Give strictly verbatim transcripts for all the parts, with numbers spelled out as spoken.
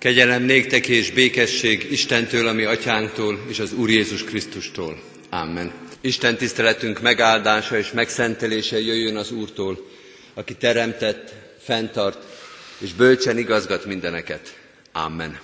Kegyelem néktek és békesség Istentől, a mi atyánktól, és az Úr Jézus Krisztustól. Amen. Isten tiszteletünk megáldása és megszentelése jöjjön az Úrtól, aki teremtett, fenntart és bölcsen igazgat mindeneket. Amen.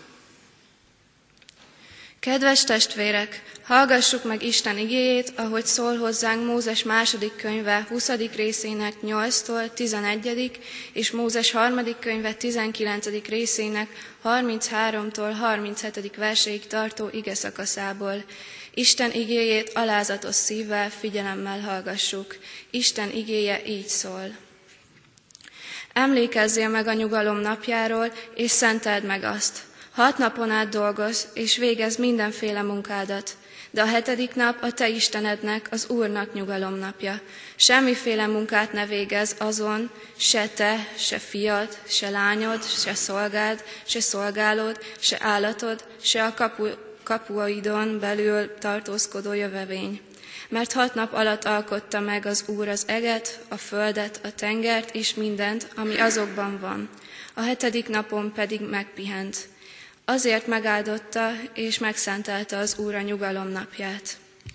Kedves testvérek, hallgassuk meg Isten igéjét, ahogy szól hozzánk Mózes második könyve huszadik részének nyolctól tizenegyedik és Mózes harmadik könyve tizenkilencedik részének harmincháromtól harminchetedik verséig tartó igeszakaszából. Isten igéjét alázatos szívvel, figyelemmel hallgassuk. Isten igéje így szól. Emlékezzél meg a nyugalom napjáról, és szenteld meg azt. Hat napon át dolgozz, és végezz mindenféle munkádat, de a hetedik nap a te Istenednek, az Úrnak nyugalomnapja. Semmiféle munkát ne végezz azon, se te, se fiad, se lányod, se szolgád, se szolgálód, se állatod, se a kapu, kapuaidon belül tartózkodó jövevény. Mert hat nap alatt alkotta meg az Úr az eget, a földet, a tengert és mindent, ami azokban van. A hetedik napon pedig megpihent. Azért megáldotta és megszentelte az Úr a nyugalom napját.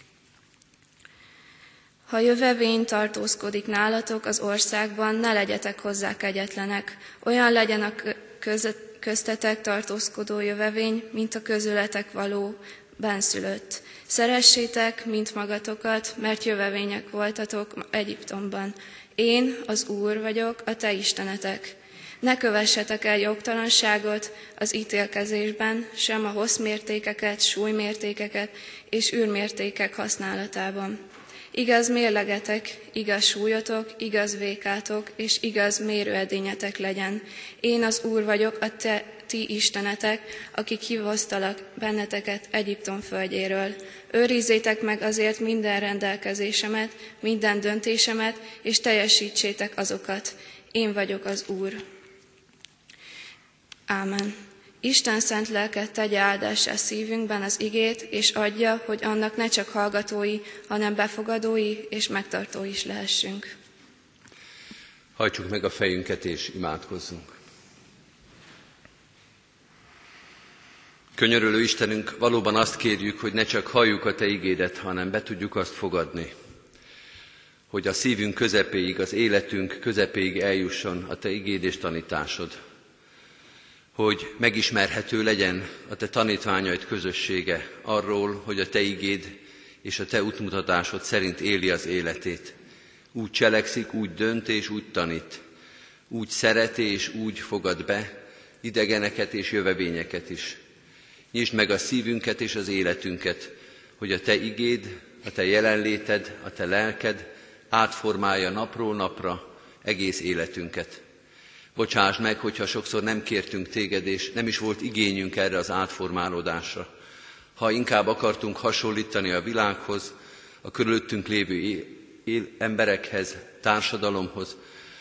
Ha jövevény tartózkodik nálatok az országban, ne legyetek hozzá kegyetlenek. Olyan legyen a köztetek tartózkodó jövevény, mint a közületek való benszülött. Szeressétek, mint magatokat, mert jövevények voltatok Egyiptomban. Én, az Úr vagyok, a te Istenetek. Ne kövessetek el jogtalanságot az ítélkezésben, sem a hosszmértékeket, súlymértékeket és űrmértékek használatában. Igaz mérlegetek, igaz súlyotok, igaz vékátok és igaz mérőedényetek legyen. Én az Úr vagyok, a te, ti istenetek, akik kihoztalak benneteket Egyiptom földjéről. Őrizzétek meg azért minden rendelkezésemet, minden döntésemet, és teljesítsétek azokat. Én vagyok az Úr. Ámen. Isten szent lelke tegye áldássá szívünkben az igét, és adja, hogy annak ne csak hallgatói, hanem befogadói és megtartói is lehessünk. Hajtsuk meg a fejünket és imádkozzunk. Könyörülő Istenünk, valóban azt kérjük, hogy ne csak halljuk a te igédet, hanem be tudjuk azt fogadni, hogy a szívünk közepéig, az életünk közepéig eljusson a te igéd és tanításod. Hogy megismerhető legyen a te tanítványaid közössége arról, hogy a te igéd és a te útmutatásod szerint éli az életét. Úgy cselekszik, úgy dönt és úgy tanít. Úgy szeret és úgy fogad be idegeneket és jövevényeket is. Nyisd meg a szívünket és az életünket, hogy a te igéd, a te jelenléted, a te lelked átformálja napról napra egész életünket. Bocsásd meg, hogyha sokszor nem kértünk téged, és nem is volt igényünk erre az átformálódásra. Ha inkább akartunk hasonlítani a világhoz, a körülöttünk lévő emberekhez, társadalomhoz,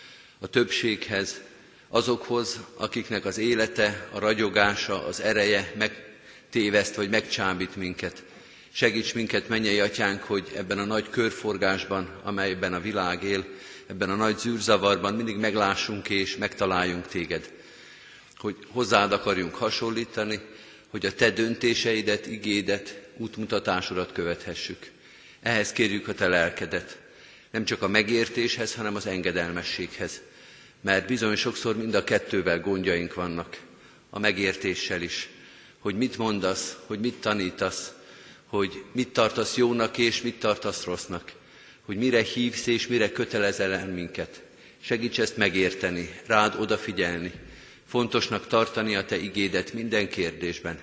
a többséghez, azokhoz, akiknek az élete, a ragyogása, az ereje megtéveszt vagy megcsábít minket. Segíts minket, mennyei atyánk, hogy ebben a nagy körforgásban, amelyben a világ él, ebben a nagy zűrzavarban mindig meglássunk és megtaláljunk téged. Hogy hozzád akarjunk hasonlítani, hogy a te döntéseidet, igédet, útmutatásodat követhessük. Ehhez kérjük a te lelkedet. Nem csak a megértéshez, hanem az engedelmességhez. Mert bizony sokszor mind a kettővel gondjaink vannak. A megértéssel is. Hogy mit mondasz, hogy mit tanítasz, hogy mit tartasz jónak és mit tartasz rossznak. Hogy mire hívsz és mire kötelezel el minket. Segíts ezt megérteni, rád odafigyelni, fontosnak tartani a te igédet minden kérdésben.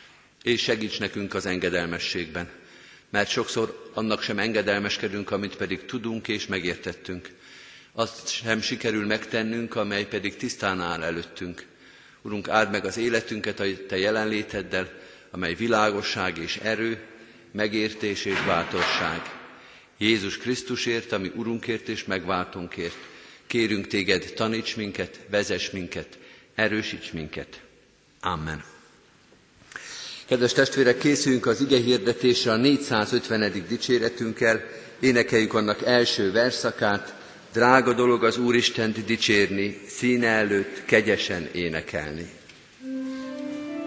És segíts nekünk az engedelmességben, mert sokszor annak sem engedelmeskedünk, amit pedig tudunk és megértettünk. Azt sem sikerül megtennünk, amely pedig tisztán áll előttünk. Urunk, áld meg az életünket a te jelenléteddel, amely világosság és erő, megértés és bátorság. Jézus Krisztusért, ami Urunkért és megváltónkért, kérünk téged, taníts minket, vezess minket, erősíts minket. Amen. Kedves testvérek, készüljünk az ige hirdetésre a négyszázötvenedik dicséretünkkel, énekeljük annak első verszakát, drága dolog az Úristent dicsérni, színe előtt kegyesen énekelni.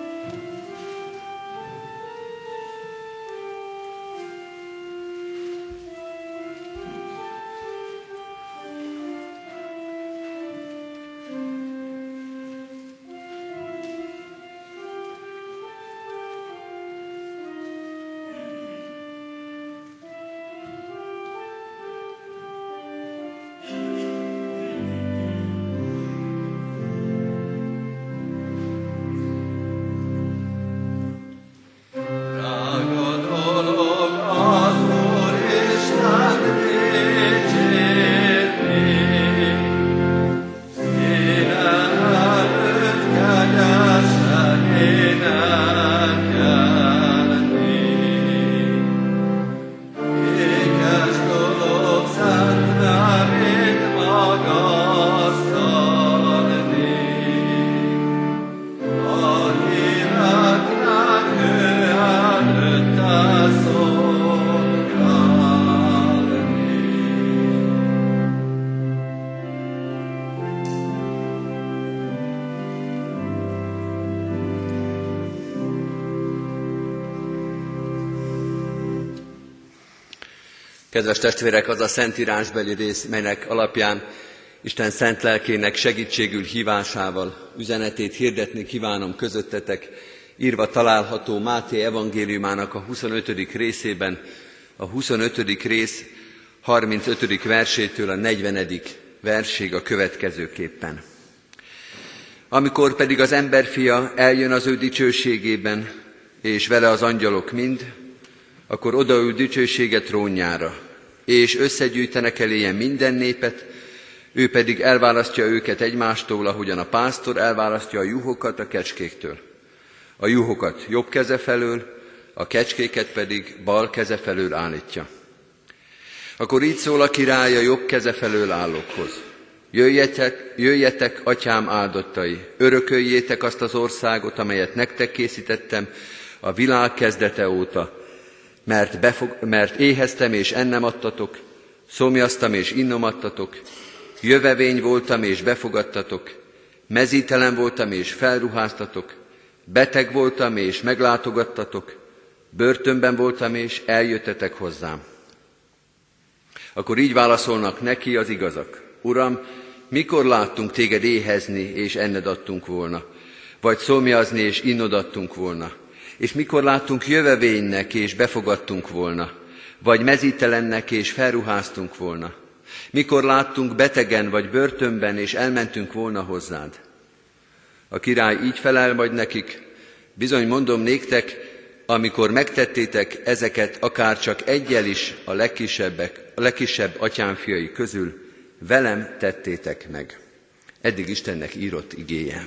Kedves testvérek, az a szentírásbeli rész, melynek alapján Isten szent lelkének segítségül hívásával üzenetét hirdetni kívánom közöttetek, írva található Máté evangéliumának a huszonötödik részében, a huszonötödik rész harmincötödik versétől a negyvenedik versig a következőképpen. Amikor pedig az emberfia eljön az ő dicsőségében, és vele az angyalok mind, akkor odaül dicsősége trónjára, és összegyűjtenek eléje minden népet, ő pedig elválasztja őket egymástól, ahogyan a pásztor elválasztja a juhokat a kecskéktől. A juhokat jobb keze felől, a kecskéket pedig bal keze felől állítja. Akkor így szól a király a jobb keze felől állókhoz. Jöjjetek, jöjjetek, atyám áldottai, örököljétek azt az országot, amelyet nektek készítettem a világ kezdete óta, mert, befog, mert éheztem és ennem adtatok, szomjaztam és innom adtatok, jövevény voltam és befogadtatok, mezítelen voltam és felruháztatok, beteg voltam és meglátogattatok, börtönben voltam és eljöttetek hozzám. Akkor így válaszolnak neki az igazak. Uram, mikor láttunk téged éhezni és enned adtunk volna, vagy szomjazni és innod adtunk volna? És mikor láttunk jövevénynek és befogadtunk volna, vagy mezítelennek és felruháztunk volna? Mikor láttunk betegen vagy börtönben és elmentünk volna hozzád? A király így felel majd nekik, bizony mondom néktek, amikor megtettétek ezeket akár csak egyel is a legkisebbek, a legkisebb atyám fiai közül, velem tettétek meg. Eddig Istennek írott igéje.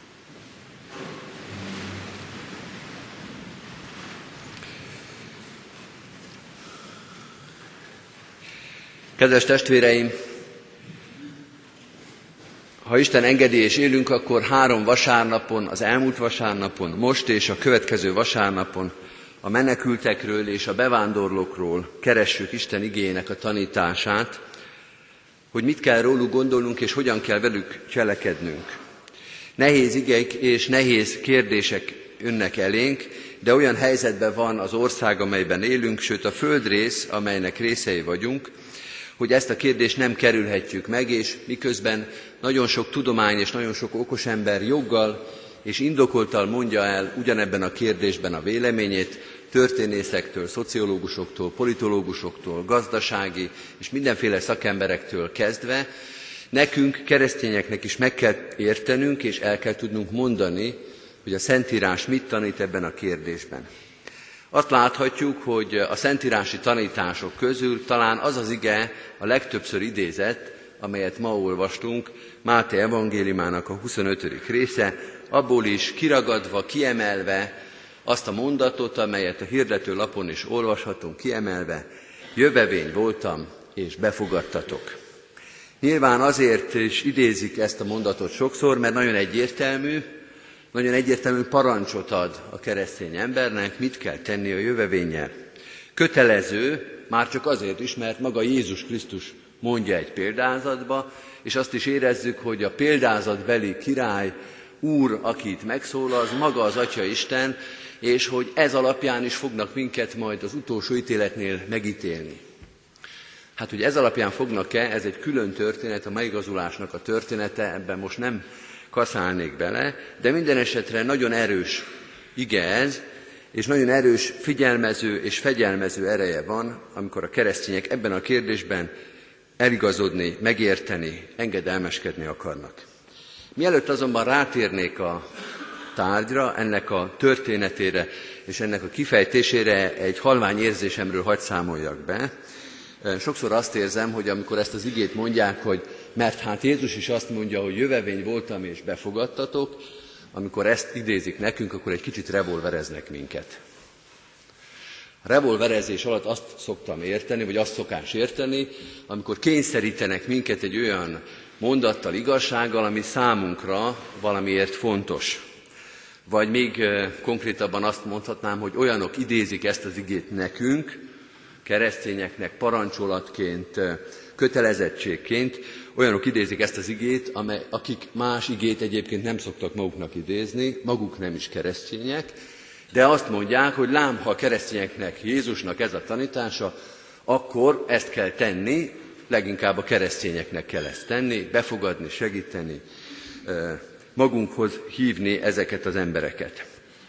Kedves testvéreim, ha Isten engedi és élünk, akkor három vasárnapon, az elmúlt vasárnapon, most és a következő vasárnapon a menekültekről és a bevándorlókról keressük Isten igéjének a tanítását, hogy mit kell róluk gondolnunk és hogyan kell velük cselekednünk. Nehéz igék és nehéz kérdések jönnek elénk, de olyan helyzetben van az ország, amelyben élünk, sőt a földrész, amelynek részei vagyunk, hogy ezt a kérdést nem kerülhetjük meg, és miközben nagyon sok tudomány és nagyon sok okos ember joggal és indokoltal mondja el ugyanebben a kérdésben a véleményét, történészektől, szociológusoktól, politológusoktól, gazdasági és mindenféle szakemberektől kezdve, nekünk, keresztényeknek is meg kell értenünk és el kell tudnunk mondani, hogy a Szentírás mit tanít ebben a kérdésben. Azt láthatjuk, hogy a szentírási tanítások közül talán az az ige a legtöbbször idézett, amelyet ma olvastunk, Máté evangéliumának a huszonötödik része, abból is kiragadva, kiemelve azt a mondatot, amelyet a hirdető lapon is olvashatunk, kiemelve, jövevény voltam, és befogadtatok. Nyilván azért is idézik ezt a mondatot sokszor, mert nagyon egyértelmű, nagyon egyértelmű parancsot ad a keresztény embernek, mit kell tenni a jövevénnyel. Kötelező, már csak azért is, mert maga Jézus Krisztus mondja egy példázatba, és azt is érezzük, hogy a példázatbeli király, úr, akit megszólal, az maga az Atya Isten, és hogy ez alapján is fognak minket majd az utolsó ítéletnél megítélni. Hát, hogy ez alapján fognak-e, ez egy külön történet, a megigazulásnak a története, ebben most nem kaszálnék bele, de minden esetre nagyon erős ige ez, és nagyon erős figyelmező és fegyelmező ereje van, amikor a keresztények ebben a kérdésben eligazodni, megérteni, engedelmeskedni akarnak. Mielőtt azonban rátérnék a tárgyra, ennek a történetére és ennek a kifejtésére, egy halvány érzésemről hadd számoljak be. Sokszor azt érzem, hogy amikor ezt az igét mondják, hogy mert hát Jézus is azt mondja, hogy jövevény voltam és befogadtatok, amikor ezt idézik nekünk, akkor egy kicsit revolvereznek minket. A revolverezés alatt azt szoktam érteni, vagy azt szokás érteni, amikor kényszerítenek minket egy olyan mondattal, igazsággal, ami számunkra valamiért fontos. Vagy még konkrétabban azt mondhatnám, hogy olyanok idézik ezt az igét nekünk, keresztényeknek parancsolatként, kötelezettségként, olyanok idézik ezt az igét, amely, akik más igét egyébként nem szoktak maguknak idézni, maguk nem is keresztények, de azt mondják, hogy lám, ha a keresztényeknek, Jézusnak ez a tanítása, akkor ezt kell tenni, leginkább a keresztényeknek kell ezt tenni, befogadni, segíteni, magunkhoz hívni ezeket az embereket.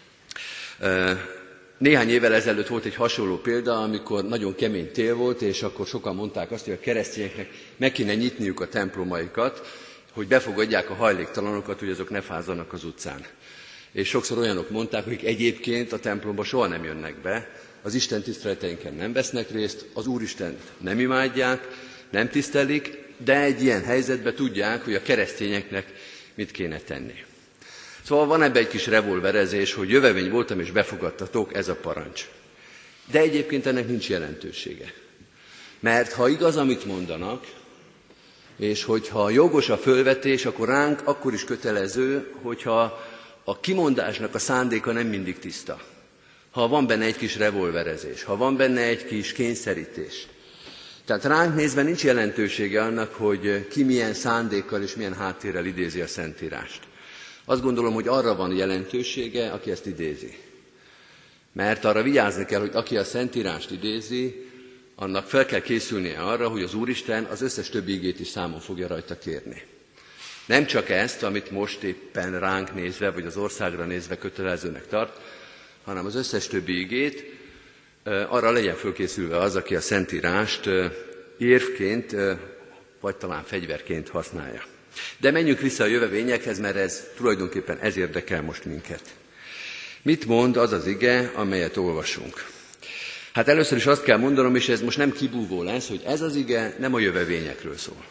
Néhány évvel ezelőtt volt egy hasonló példa, amikor nagyon kemény tél volt, és akkor sokan mondták azt, hogy a keresztényeknek meg kéne nyitniuk a templomaikat, hogy befogadják a hajléktalanokat, hogy azok ne fázzanak az utcán. És sokszor olyanok mondták, hogy egyébként a templomba soha nem jönnek be, az Isten tiszteleteinken nem vesznek részt, az Úristent nem imádják, nem tisztelik, de egy ilyen helyzetben tudják, hogy a keresztényeknek mit kéne tenni. Szóval van ebbe egy kis revolverezés, hogy jövevény voltam és befogadtatok, ez a parancs. De egyébként ennek nincs jelentősége. Mert ha igaz, amit mondanak, és hogyha jogos a fölvetés, akkor ránk akkor is kötelező, hogyha a kimondásnak a szándéka nem mindig tiszta. Ha van benne egy kis revolverezés, ha van benne egy kis kényszerítés. Tehát ránk nézve nincs jelentősége annak, hogy ki milyen szándékkal és milyen háttérrel idézi a Szentírást. Azt gondolom, hogy arra van jelentősége, aki ezt idézi. Mert arra vigyázni kell, hogy aki a Szentírást idézi, annak fel kell készülnie arra, hogy az Úristen az összes többi igét is számon fogja rajta kérni. Nem csak ezt, amit most éppen ránk nézve, vagy az országra nézve kötelezőnek tart, hanem az összes többi igét, arra legyen fölkészülve az, aki a Szentírást érvként, vagy talán fegyverként használja. De menjünk vissza a jövevényekhez, mert ez tulajdonképpen ez érdekel most minket. Mit mond az az ige, amelyet olvasunk? Hát először is azt kell mondanom, és ez most nem kibúvó lesz, hogy ez az ige nem a jövevényekről szól.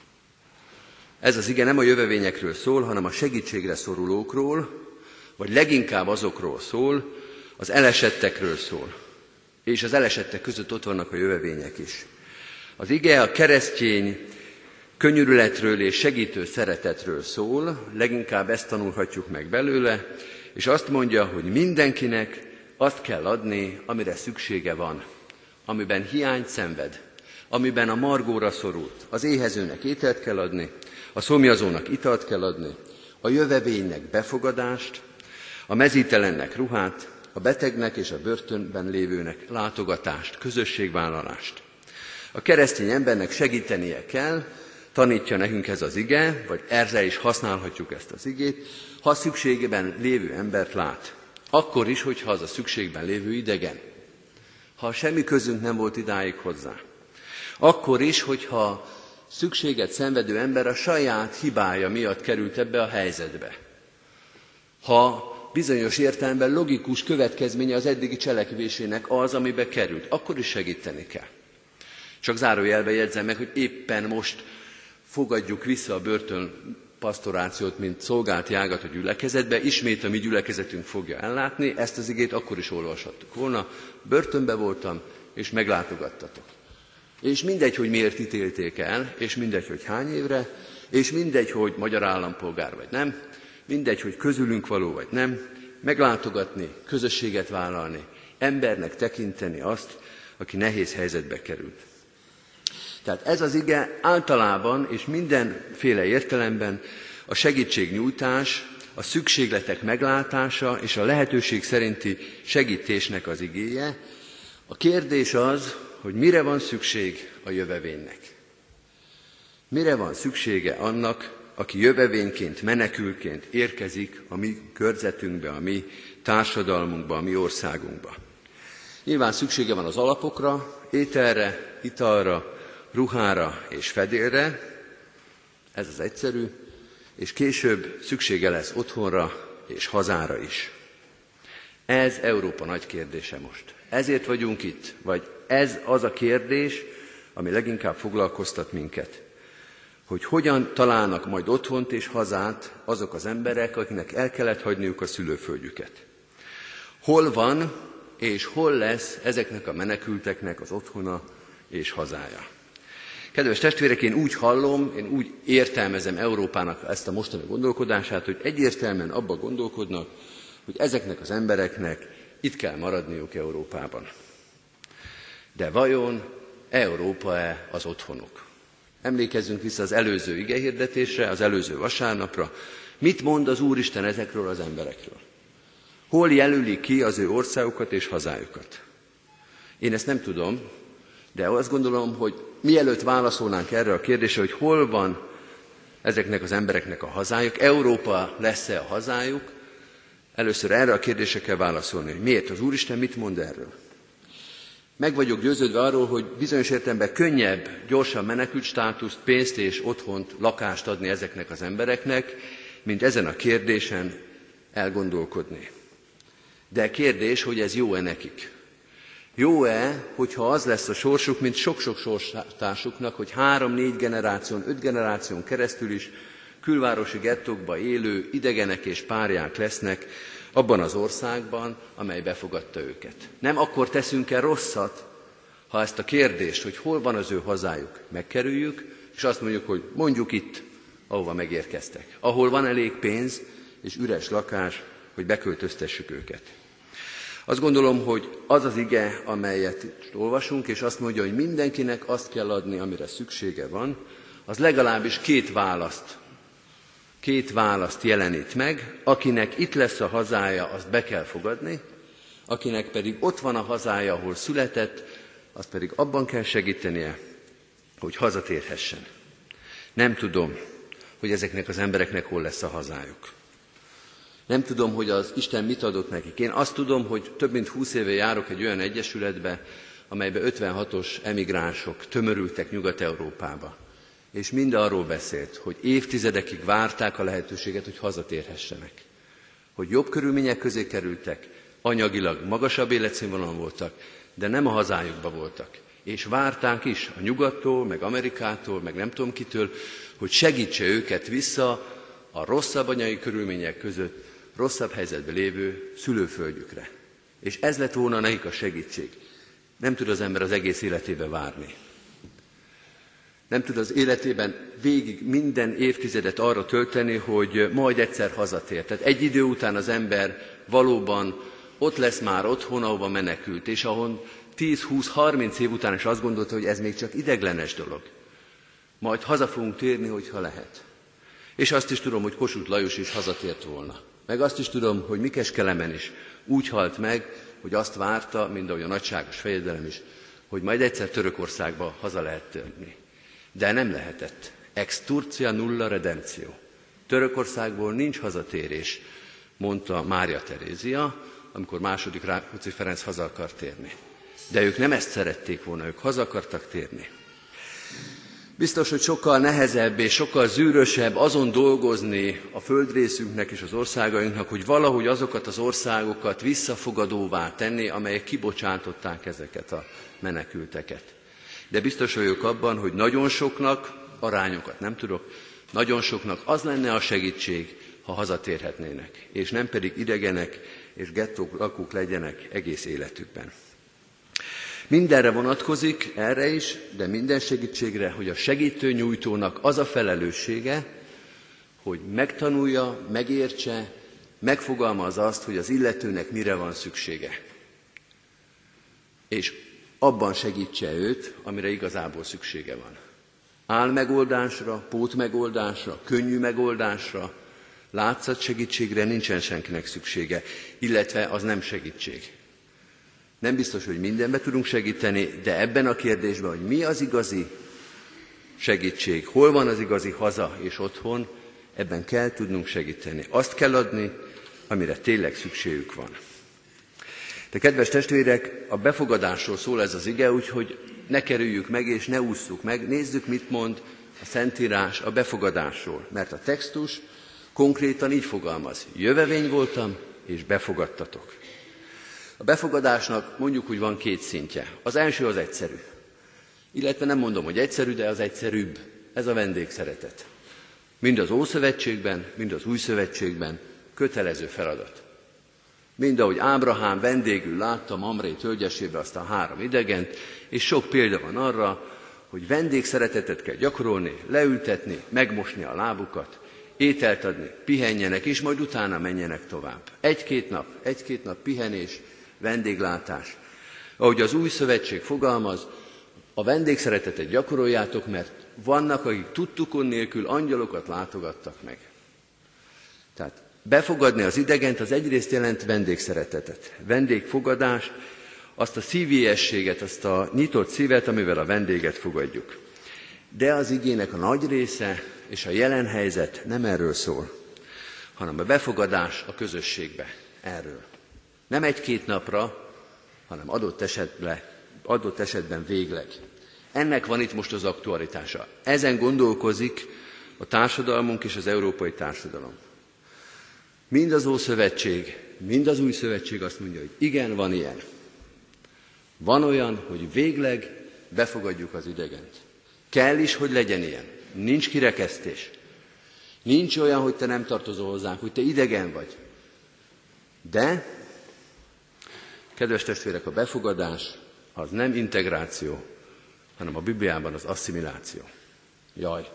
Ez az ige nem a jövevényekről szól, hanem a segítségre szorulókról, vagy leginkább azokról szól, az elesettekről szól. És az elesettek között ott vannak a jövevények is. Az ige a keresztény könyörületről és segítő szeretetről szól, leginkább ezt tanulhatjuk meg belőle, és azt mondja, hogy mindenkinek azt kell adni, amire szüksége van, amiben hiányt szenved, amiben a margóra szorult. Az éhezőnek ételt kell adni, a szomjazónak italt kell adni, a jövevénynek befogadást, a mezítelennek ruhát, a betegnek és a börtönben lévőnek látogatást, közösségvállalást. A keresztény embernek segítenie kell, tanítja nekünk ez az ige, vagy erre is használhatjuk ezt az igét, ha szükségben lévő embert lát. Akkor is, hogyha az a szükségben lévő idegen. Ha semmi közünk nem volt idáig hozzá. Akkor is, hogyha szükséget szenvedő ember a saját hibája miatt került ebbe a helyzetbe. Ha bizonyos értelemben logikus következménye az eddigi cselekvésének az, amibe került, akkor is segíteni kell. Csak zárójelbe jegyzem meg, hogy éppen most fogadjuk vissza a börtön pastorációt, mint szolgálti ágat a gyülekezetbe, ismét a mi gyülekezetünk fogja ellátni, ezt az igét akkor is olvashattuk volna. Börtönbe voltam, és meglátogattatok. És mindegy, hogy miért ítélték el, és mindegy, hogy hány évre, és mindegy, hogy magyar állampolgár vagy nem, mindegy, hogy közülünk való vagy nem, meglátogatni, közösséget vállalni, embernek tekinteni azt, aki nehéz helyzetbe került. Tehát ez az ige általában és mindenféle értelemben a segítségnyújtás, a szükségletek meglátása és a lehetőség szerinti segítésnek az igéje. A kérdés az, hogy mire van szükség a jövevénynek. Mire van szüksége annak, aki jövevényként, menekülként érkezik a mi körzetünkbe, a mi társadalmunkba, a mi országunkba. Nyilván szüksége van az alapokra, ételre, italra, ruhára és fedélre, ez az egyszerű, és később szüksége lesz otthonra és hazára is. Ez Európa nagy kérdése most. Ezért vagyunk itt, vagy ez az a kérdés, ami leginkább foglalkoztat minket. Hogy hogyan találnak majd otthont és hazát azok az emberek, akiknek el kellett hagyniuk a szülőföldjüket. Hol van és hol lesz ezeknek a menekülteknek az otthona és hazája. Kedves testvérek, én úgy hallom, én úgy értelmezem Európának ezt a mostani gondolkodását, hogy egyértelműen abba gondolkodnak, hogy ezeknek az embereknek itt kell maradniuk Európában. De vajon Európa-e az otthonuk? Emlékezzünk vissza az előző igehirdetésre, az előző vasárnapra. Mit mond az Úristen ezekről az emberekről? Hol jelöli ki az ő országukat és hazájukat? Én ezt nem tudom, De azt gondolom, hogy mielőtt válaszolnánk erre a kérdésre, hogy hol van ezeknek az embereknek a hazájuk, Európa lesz-e a hazájuk, először erre a kérdésre kell válaszolni, hogy miért, az Úristen mit mond erről. Meg vagyok győződve arról, hogy bizonyos értelemben könnyebb, gyorsan menekült státuszt, pénzt és otthont, lakást adni ezeknek az embereknek, mint ezen a kérdésen elgondolkodni. De kérdés, hogy ez jó-e nekik? Jó-e, hogyha az lesz a sorsuk, mint sok-sok sorstársuknak, hogy három-négy generáción, öt generáción keresztül is külvárosi gettókba élő idegenek és párják lesznek abban az országban, amely befogadta őket. Nem akkor teszünk el rosszat, ha ezt a kérdést, hogy hol van az ő hazájuk, megkerüljük, és azt mondjuk, hogy mondjuk itt, ahova megérkeztek. Ahol van elég pénz és üres lakás, hogy beköltöztessük őket. Azt gondolom, hogy az az ige, amelyet itt olvasunk, és azt mondja, hogy mindenkinek azt kell adni, amire szüksége van, az legalábbis két választ, két választ jelenít meg. Akinek itt lesz a hazája, azt be kell fogadni, akinek pedig ott van a hazája, ahol született, azt pedig abban kell segítenie, hogy hazatérhessen. Nem tudom, hogy ezeknek az embereknek hol lesz a hazájuk. Nem tudom, hogy az Isten mit adott nekik. Én azt tudom, hogy több mint húsz éve járok egy olyan egyesületbe, amelybe ötvenhatos emigránsok tömörültek Nyugat-Európába. És mind arról beszélt, hogy évtizedekig várták a lehetőséget, hogy hazatérhessenek. Hogy jobb körülmények közé kerültek, anyagilag magasabb életszínvonalon voltak, de nem a hazájukba voltak. És várták is a nyugattól, meg Amerikától, meg nem tudom kitől, hogy segítse őket vissza a rosszabb anyagi körülmények között, rosszabb helyzetben lévő szülőföldjükre. És ez lett volna nekik a segítség. Nem tud az ember az egész életébe várni. Nem tud az életében végig minden évtizedet arra tölteni, hogy majd egyszer hazatér. Tehát egy idő után az ember valóban ott lesz már otthon, ahova menekült, és ahol tíz-húsz-harminc év után is azt gondolta, hogy ez még csak ideiglenes dolog. Majd haza fogunk térni, hogyha lehet. És azt is tudom, hogy Kossuth Lajos is hazatért volna. Meg azt is tudom, hogy Mikes Kelemen is úgy halt meg, hogy azt várta, mind ahogy a nagyságos fejedelem is, hogy majd egyszer Törökországba haza lehet térni. De nem lehetett. Ex Turcia nulla redemptio. Törökországból nincs hazatérés, mondta Mária Terézia, amikor második Rákóczi Ferenc haza akart térni. De ők nem ezt szerették volna, ők haza akartak térni. Biztos, hogy sokkal nehezebb és sokkal zűrösebb azon dolgozni a földrészünknek és az országainknak, hogy valahogy azokat az országokat visszafogadóvá tenni, amelyek kibocsátották ezeket a menekülteket. De biztos vagyok abban, hogy nagyon soknak, arányokat nem tudok, nagyon soknak az lenne a segítség, ha hazatérhetnének, és nem pedig idegenek és gettók lakók legyenek egész életükben. Mindenre vonatkozik, erre is, de minden segítségre, hogy a segítőnyújtónak az a felelőssége, hogy megtanulja, megértse, megfogalmazza azt, hogy az illetőnek mire van szüksége. És abban segítse őt, amire igazából szüksége van. Álmegoldásra, pótmegoldásra, könnyű megoldásra, látszat segítségre nincsen senkinek szüksége, illetve az nem segítség. Nem biztos, hogy mindenbe tudunk segíteni, de ebben a kérdésben, hogy mi az igazi segítség, hol van az igazi haza és otthon, ebben kell tudnunk segíteni. Azt kell adni, amire tényleg szükségük van. De kedves testvérek, a befogadásról szól ez az ige, úgyhogy ne kerüljük meg és ne ússzuk meg. Nézzük, mit mond a Szentírás a befogadásról. Mert a textus konkrétan így fogalmaz. Jövevény voltam, és befogadtatok. A befogadásnak mondjuk úgy van két szintje. Az első az egyszerű. Illetve nem mondom, hogy egyszerű, de az egyszerűbb. Ez a vendégszeretet. Mind az Ószövetségben, mind az Újszövetségben kötelező feladat. Mind ahogy Ábrahám vendégül látta Mamré tölgyesébe azt a három idegent, és sok példa van arra, hogy vendégszeretetet kell gyakorolni, leültetni, megmosni a lábukat, ételt adni, pihenjenek, és majd utána menjenek tovább. Egy-két nap, egy-két nap pihenés, vendéglátás. Ahogy az Új Szövetség fogalmaz, a vendégszeretetet gyakoroljátok, mert vannak, akik tudtukon nélkül angyalokat látogattak meg. Tehát befogadni az idegent az egyrészt jelent vendégszeretetet, vendégfogadást, azt a szívélyességet, azt a nyitott szívet, amivel a vendéget fogadjuk. De az igének a nagy része és a jelen helyzet nem erről szól, hanem a befogadás a közösségbe erről. Nem egy-két napra, hanem adott esetben, adott esetben végleg. Ennek van itt most az aktualitása. Ezen gondolkozik a társadalmunk és az európai társadalom. Mind az Ószövetség, mind az Új Szövetség azt mondja, hogy igen, van ilyen. Van olyan, hogy végleg befogadjuk az idegent. Kell is, hogy legyen ilyen. Nincs kirekesztés. Nincs olyan, hogy te nem tartozol hozzánk, hogy te idegen vagy. De, kedves testvérek, a befogadás az nem integráció, hanem a Bibliában az asszimiláció. Jaj!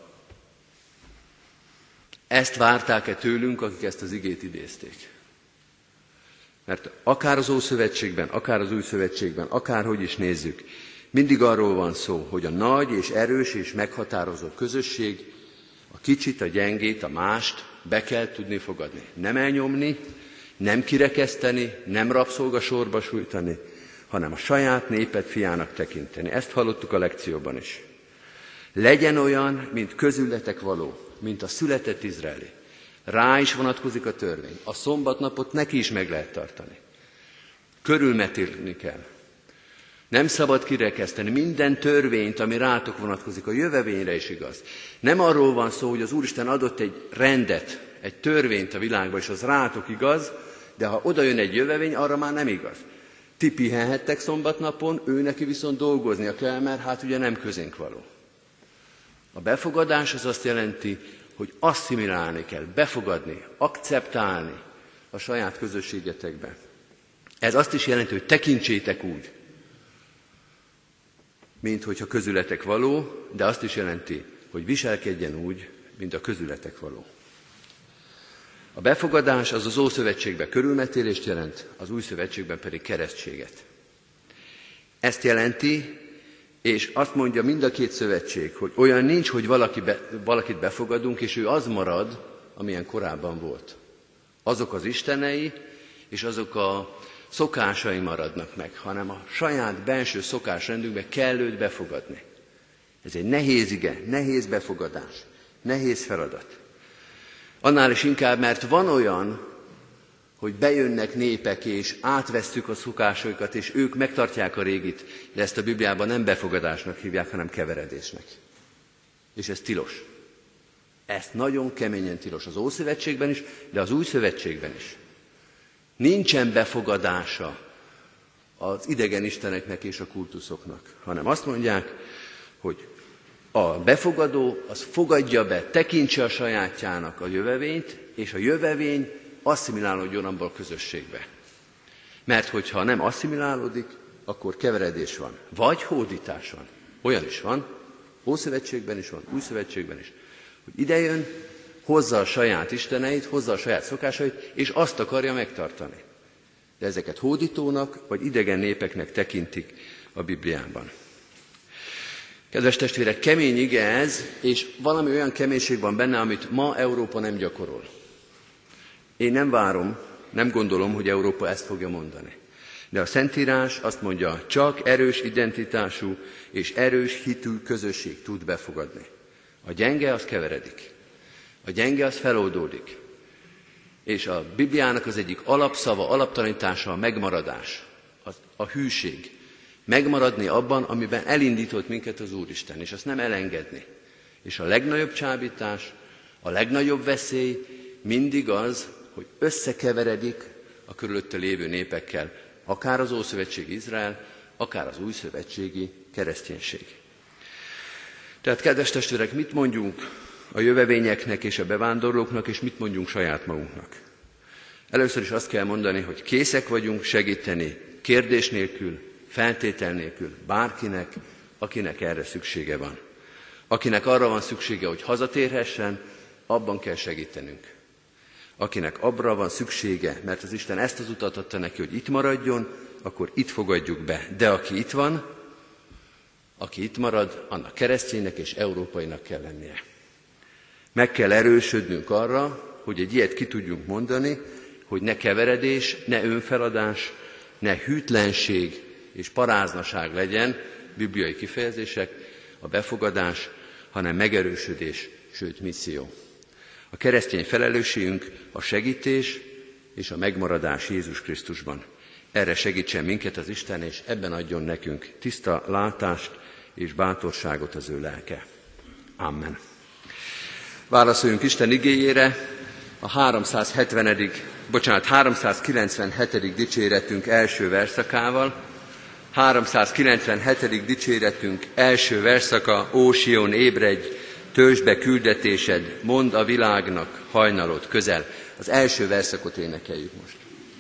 Ezt várták-e tőlünk, akik ezt az igét idézték? Mert akár az Ószövetségben, akár az Új Szövetségben, akárhogy is nézzük, mindig arról van szó, hogy a nagy és erős és meghatározó közösség a kicsit, a gyengét, a mást be kell tudni fogadni. Nem elnyomni, nem kirekeszteni, nem rabszolgasorba sújtani, hanem a saját néped fiának tekinteni. Ezt hallottuk a lekcióban is. Legyen olyan, mint közületek való, mint a született izraeli. Rá is vonatkozik a törvény. A szombatnapot neki is meg lehet tartani. Körülmetélni kell. Nem szabad kirekeszteni minden törvényt, ami rátok vonatkozik, a jövevényre is igaz. Nem arról van szó, hogy az Úristen adott egy rendet, egy törvényt a világba, és az rátok igaz, de ha oda jön egy jövevény, arra már nem igaz. Ti pihenhettek szombatnapon, ő neki viszont dolgoznia kell, mert hát ugye nem közénk való. A befogadás az azt jelenti, hogy asszimilálni kell, befogadni, akceptálni a saját közösségetekbe. Ez azt is jelenti, hogy tekintsétek úgy, mint hogyha közületek való, de azt is jelenti, hogy viselkedjen úgy, mint a közületek való. A befogadás az az Ószövetségben körülmetélést jelent, az Új Szövetségben pedig keresztséget. Ezt jelenti, és azt mondja mind a két szövetség, hogy olyan nincs, hogy valaki be, valakit befogadunk, és ő az marad, amilyen korábban volt. Azok az istenei, és azok a szokásai maradnak meg, hanem a saját belső szokásrendünkbe kell őt befogadni. Ez egy nehéz ige, nehéz befogadás, nehéz feladat. Annál is inkább, mert van olyan, hogy bejönnek népek, és átvesszük a szokásaikat, és ők megtartják a régit, de ezt a Bibliában nem befogadásnak hívják, hanem keveredésnek. És ez tilos. Ezt nagyon keményen tilos az Ószövetségben is, de az Új Szövetségben is. Nincsen befogadása az idegen isteneknek és a kultuszoknak, hanem azt mondják, hogy a befogadó az fogadja be, tekintse a sajátjának a jövevényt, és a jövevény asszimilálódjon abba a közösségbe. Mert hogyha nem asszimilálódik, akkor keveredés van. Vagy hódítás van. Olyan is van, Ószövetségben is van, Új Szövetségben is, hogy idejön, hozza a saját isteneit, hozza a saját szokásait, és azt akarja megtartani. De ezeket hódítónak, vagy idegen népeknek tekintik a Bibliában. Kedves testvérek, kemény ige ez, és valami olyan keménység van benne, amit ma Európa nem gyakorol. Én nem várom, nem gondolom, hogy Európa ezt fogja mondani. De a Szentírás azt mondja, csak erős identitású és erős hitű közösség tud befogadni. A gyenge az keveredik. A gyenge az feloldódik. És a Bibliának az egyik alapszava, alaptanítása a megmaradás, a, a hűség. Megmaradni abban, amiben elindított minket az Úristen, és azt nem elengedni. És a legnagyobb csábítás, a legnagyobb veszély mindig az, hogy összekeveredik a körülötte lévő népekkel, akár az Ószövetségi Izrael, akár az újszövetségi kereszténység. Tehát, kedves testvérek, mit mondjunk a jövevényeknek és a bevándorlóknak, és mit mondjunk saját magunknak? Először is azt kell mondani, hogy készek vagyunk segíteni kérdés nélkül, feltétel nélkül bárkinek, akinek erre szüksége van. Akinek arra van szüksége, hogy hazatérhessen, abban kell segítenünk. Akinek abra van szüksége, mert az Isten ezt az utat adta neki, hogy itt maradjon, akkor itt fogadjuk be. De aki itt van, aki itt marad, annak kereszténynek és európainak kell lennie. Meg kell erősödnünk arra, hogy egy ilyet ki tudjunk mondani, hogy ne keveredés, ne önfeladás, ne hűtlenség, és paráznaság legyen, bibliai kifejezések, a befogadás, hanem megerősödés, sőt misszió. A keresztény felelősségünk a segítés és a megmaradás Jézus Krisztusban. Erre segítsen minket az Isten, és ebben adjon nekünk tiszta látást és bátorságot az ő lelke. Amen. Válaszoljunk Isten igéjére a háromszázhetvenedik bocsánat, háromszázkilencvenhetedik dicséretünk első verszakával. háromszázkilencvenhetedik dicséretünk első verszaka: Ó Sion, ébredj, töltsd be küldetésed, mondd a világnak, hajnalod közel. Az első verszakot énekeljük most.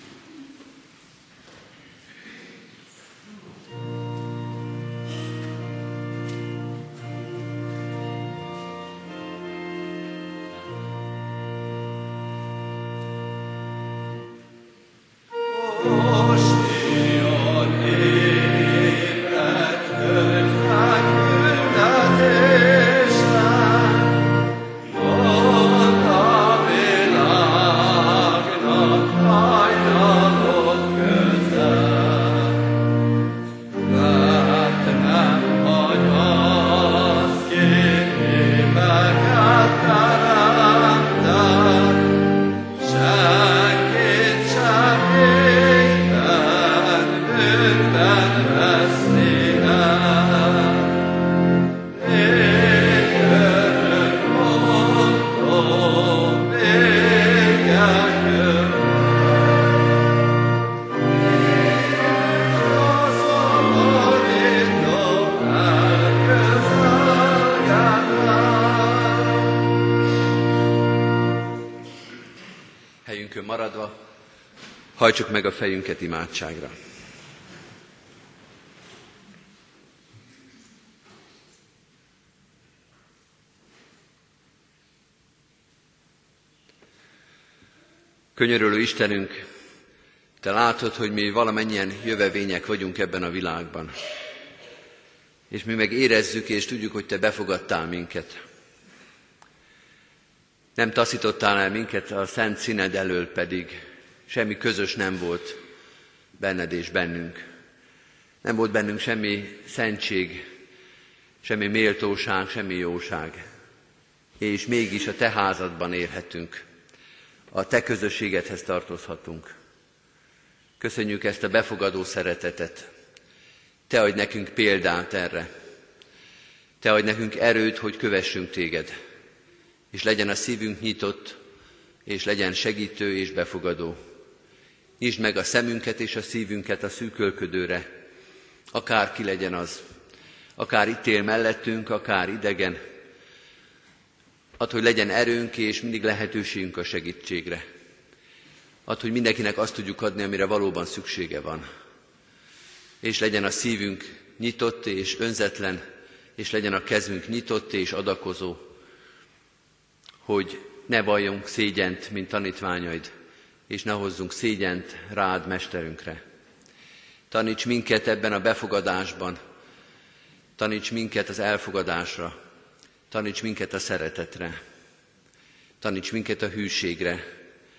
Maradva, hajtsuk meg a fejünket imádságra. Könyörülő Istenünk, Te látod, hogy mi valamennyien jövevények vagyunk ebben a világban. És mi meg érezzük és tudjuk, hogy Te befogadtál minket. Nem taszítottál el minket a szent színed elől, pedig semmi közös nem volt benned és bennünk. Nem volt bennünk semmi szentség, semmi méltóság, semmi jóság. És mégis a Te házadban élhetünk, a Te közösségedhez tartozhatunk. Köszönjük ezt a befogadó szeretetet. Te adj nekünk példát erre. Te adj nekünk erőt, hogy kövessünk Téged. És legyen a szívünk nyitott, és legyen segítő és befogadó. Nyisd meg a szemünket és a szívünket a szűkölködőre, akár ki legyen az, akár itt él mellettünk, akár idegen. Add, hogy legyen erőnk és mindig lehetőségünk a segítségre. Add, hogy mindenkinek azt tudjuk adni, amire valóban szüksége van. És legyen a szívünk nyitott és önzetlen, és legyen a kezünk nyitott és adakozó, hogy ne valljunk szégyent, mint tanítványaid, és ne hozzunk szégyent rád, mesterünkre. Taníts minket ebben a befogadásban, taníts minket az elfogadásra, taníts minket a szeretetre, taníts minket a hűségre,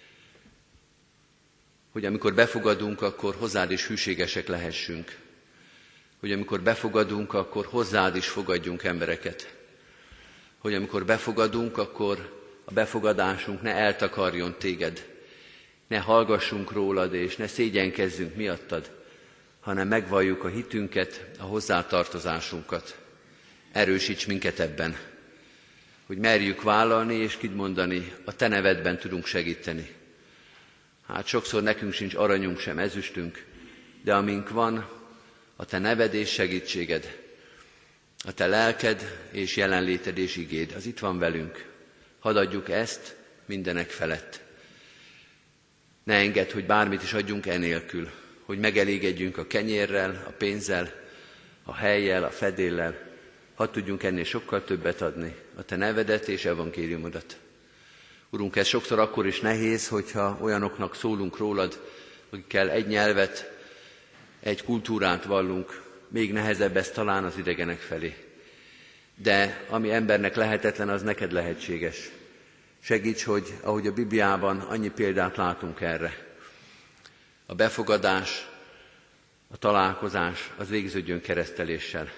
hogy amikor befogadunk, akkor hozzád is hűségesek lehessünk, hogy amikor befogadunk, akkor hozzád is fogadjunk embereket, hogy amikor befogadunk, akkor a befogadásunk ne eltakarjon téged, ne hallgassunk rólad, és ne szégyenkezzünk miattad, hanem megvalljuk a hitünket, a hozzátartozásunkat. Erősíts minket ebben, hogy merjük vállalni és kimondani, a Te nevedben tudunk segíteni. Hát sokszor nekünk sincs aranyunk, sem ezüstünk, de amink van, a Te neved és segítséged, a Te lelked és jelenléted és igéd, az itt van velünk. Hadd adjuk ezt mindenek felett. Ne engedd, hogy bármit is adjunk enélkül, hogy megelégedjünk a kenyérrel, a pénzzel, a helyjel, a fedéllel. Hadd tudjunk ennél sokkal többet adni, a Te nevedet és evangéliumodat. Urunk, ez sokszor akkor is nehéz, hogyha olyanoknak szólunk rólad, akikkel egy nyelvet, egy kultúrát vallunk, még nehezebb ez talán az idegenek felé. De ami embernek lehetetlen, az neked lehetséges. Segíts, hogy ahogy a Bibliában annyi példát látunk erre. A befogadás a találkozás az végződjön kereszteléssel,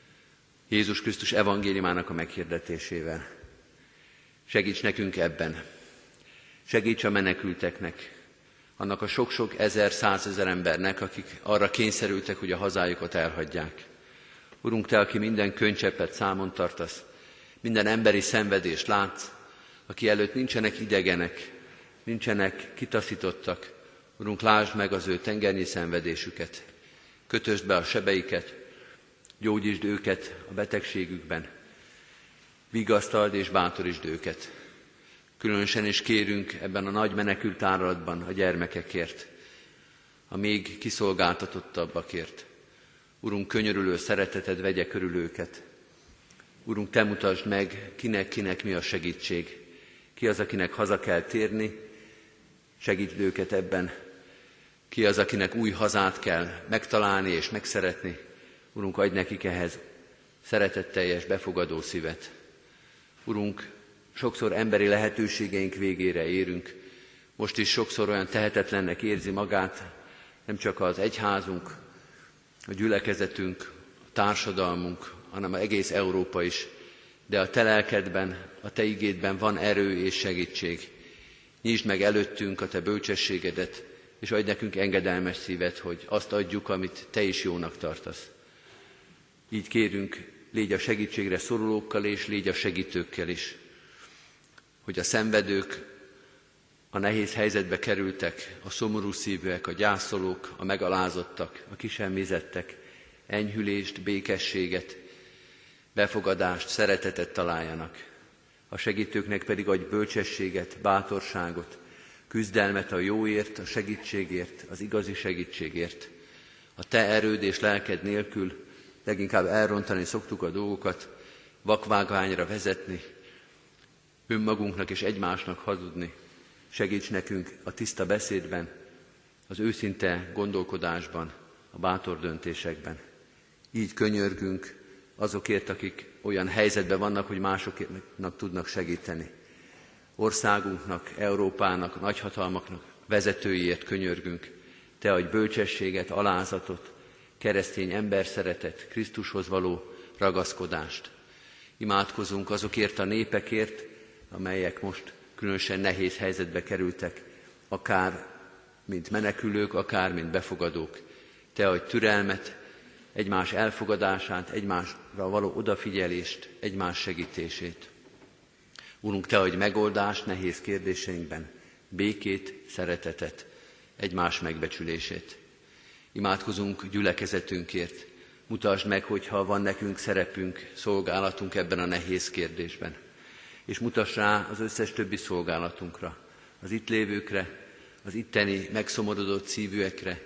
Jézus Krisztus evangéliumának a meghirdetésével. Segíts nekünk ebben. Segíts a menekülteknek, annak a sok-sok ezer, százezer embernek, akik arra kényszerültek, hogy a hazájukat elhagyják. Urunk, Te, aki minden könycseppet számon tartasz, minden emberi szenvedést látsz, aki előtt nincsenek idegenek, nincsenek kitaszítottak, Urunk, lásd meg az ő tengernyi szenvedésüket, kötösd be a sebeiket, gyógyítsd őket a betegségükben, vigasztald és bátorítsd őket. Különösen is kérünk ebben a nagy menekült áradatban a gyermekekért, a még kiszolgáltatottabbakért. Urunk, könyörülő szereteted vegye körül őket. Urunk, Te mutasd meg, kinek-kinek mi a segítség. Ki az, akinek haza kell térni, segítsd őket ebben. Ki az, akinek új hazát kell megtalálni és megszeretni. Urunk, adj nekik ehhez szeretetteljes, befogadó szívet. Urunk, sokszor emberi lehetőségeink végére érünk. Most is sokszor olyan tehetetlennek érzi magát, nem csak az egyházunk, a gyülekezetünk, a társadalmunk, hanem az egész Európa is. De a Te lelkedben, a Te igédben van erő és segítség. Nyisd meg előttünk a Te bölcsességedet, és adj nekünk engedelmes szívet, hogy azt adjuk, amit Te is jónak tartasz. Így kérünk, légy a segítségre szorulókkal és légy a segítőkkel is, hogy a szenvedők, a nehéz helyzetbe kerültek, a szomorú szívűek, a gyászolók, a megalázottak, a kisemmizettek enyhülést, békességet, befogadást, szeretetet találjanak. A segítőknek pedig adj bölcsességet, bátorságot, küzdelmet a jóért, a segítségért, az igazi segítségért. A Te erőd és lelked nélkül leginkább elrontani szoktuk a dolgokat, vakvágányra vezetni, önmagunknak és egymásnak hazudni. Segíts nekünk a tiszta beszédben, az őszinte gondolkodásban, a bátor döntésekben. Így könyörgünk azokért, akik olyan helyzetben vannak, hogy másoknak tudnak segíteni. Országunknak, Európának, nagyhatalmaknak, vezetőiért könyörgünk. Te adj bölcsességet, alázatot, keresztény emberszeretet, Krisztushoz való ragaszkodást. Imádkozunk azokért a népekért, amelyek most különösen nehéz helyzetbe kerültek, akár mint menekülők, akár mint befogadók. Te adj türelmet, egymás elfogadását, egymásra való odafigyelést, egymás segítését. Urunk, Te adj megoldást nehéz kérdéseinkben, békét, szeretetet, egymás megbecsülését. Imádkozunk gyülekezetünkért. Mutasd meg, hogyha van nekünk szerepünk, szolgálatunk ebben a nehéz kérdésben. És mutass rá az összes többi szolgálatunkra, az itt lévőkre, az itteni megszomorodott szívűekre,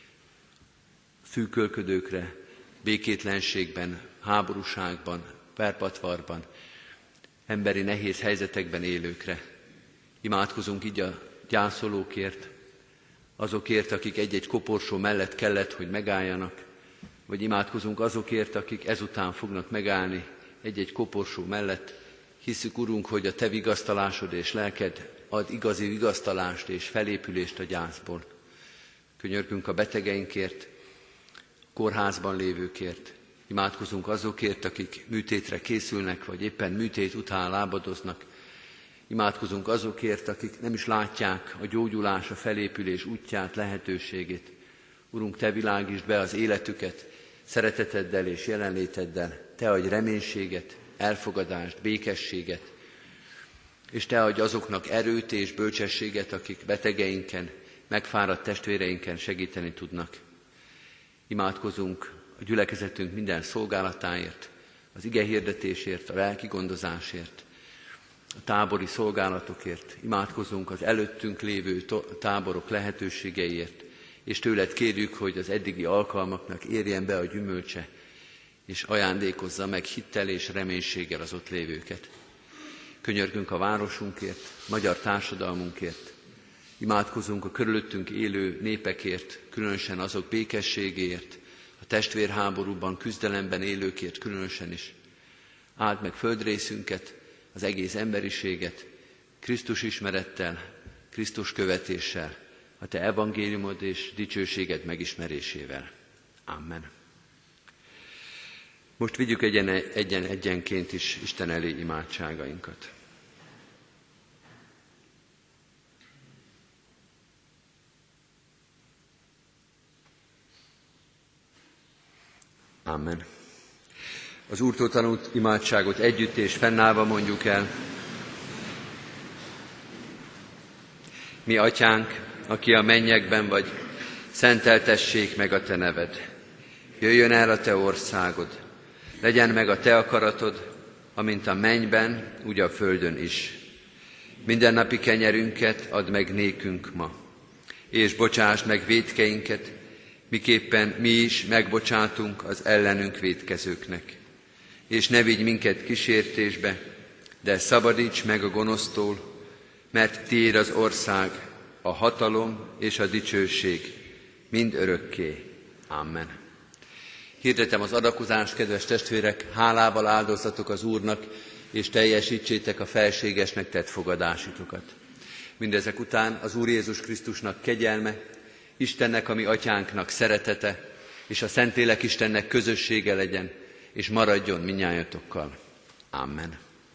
szűkölködőkre, békétlenségben, háborúságban, perpatvarban, emberi nehéz helyzetekben élőkre. Imádkozunk így a gyászolókért, azokért, akik egy-egy koporsó mellett kellett, hogy megálljanak, vagy imádkozunk azokért, akik ezután fognak megállni egy-egy koporsó mellett. Hiszük, Urunk, hogy a Te vigasztalásod és lelked ad igazi vigasztalást és felépülést a gyászból. Könyörgünk a betegeinkért, kórházban lévőkért. Imádkozunk azokért, akik műtétre készülnek, vagy éppen műtét után lábadoznak. Imádkozunk azokért, akik nem is látják a gyógyulás, a felépülés útját, lehetőségét. Urunk, Te világítsd be az életüket szereteteddel és jelenléteddel. Te adj reménységet, elfogadást, békességet, és Te adj azoknak erőt és bölcsességet, akik betegeinken, megfáradt testvéreinken segíteni tudnak. Imádkozunk a gyülekezetünk minden szolgálatáért, az igehirdetésért, a lelki gondozásért, a tábori szolgálatokért. Imádkozunk az előttünk lévő táborok lehetőségeiért, és tőled kérjük, hogy az eddigi alkalmaknak érjen be a gyümölcse, és ajándékozza meg hittel és reménységgel az ott lévőket. Könyörgünk a városunkért, magyar társadalmunkért. Imádkozunk a körülöttünk élő népekért, különösen azok békességéért, a testvérháborúban, küzdelemben élőkért különösen is. Áld meg földrészünket, az egész emberiséget, Krisztus ismerettel, Krisztus követéssel, a Te evangéliumod és dicsőséged megismerésével. Amen. Most vigyük egyen, egyen, egyenként is Isten elé imádságainkat. Amen. Az Úrtól tanult imádságot együtt és fennállva mondjuk el. Mi atyánk, aki a mennyekben vagy, szenteltessék meg a te neved. Jöjjön el a te országod, legyen meg a te akaratod, amint a mennyben, úgy a földön is. Mindennapi kenyerünket add meg nékünk ma, és bocsásd meg vétkeinket, miképpen mi is megbocsátunk az ellenünk vétkezőknek. És ne vigy minket kísértésbe, de szabadíts meg a gonosztól, mert tiéd az ország, a hatalom és a dicsőség mind örökké. Amen. Hirdetem az adakozást, kedves testvérek, hálával áldozzatok az Úrnak, és teljesítsétek a felségesnek tett fogadásitokat. Mindezek után az Úr Jézus Krisztusnak kegyelme, Istennek, a mi atyánknak szeretete, és a Szentlélek Istennek közössége legyen, és maradjon mindnyájatokkal. Amen.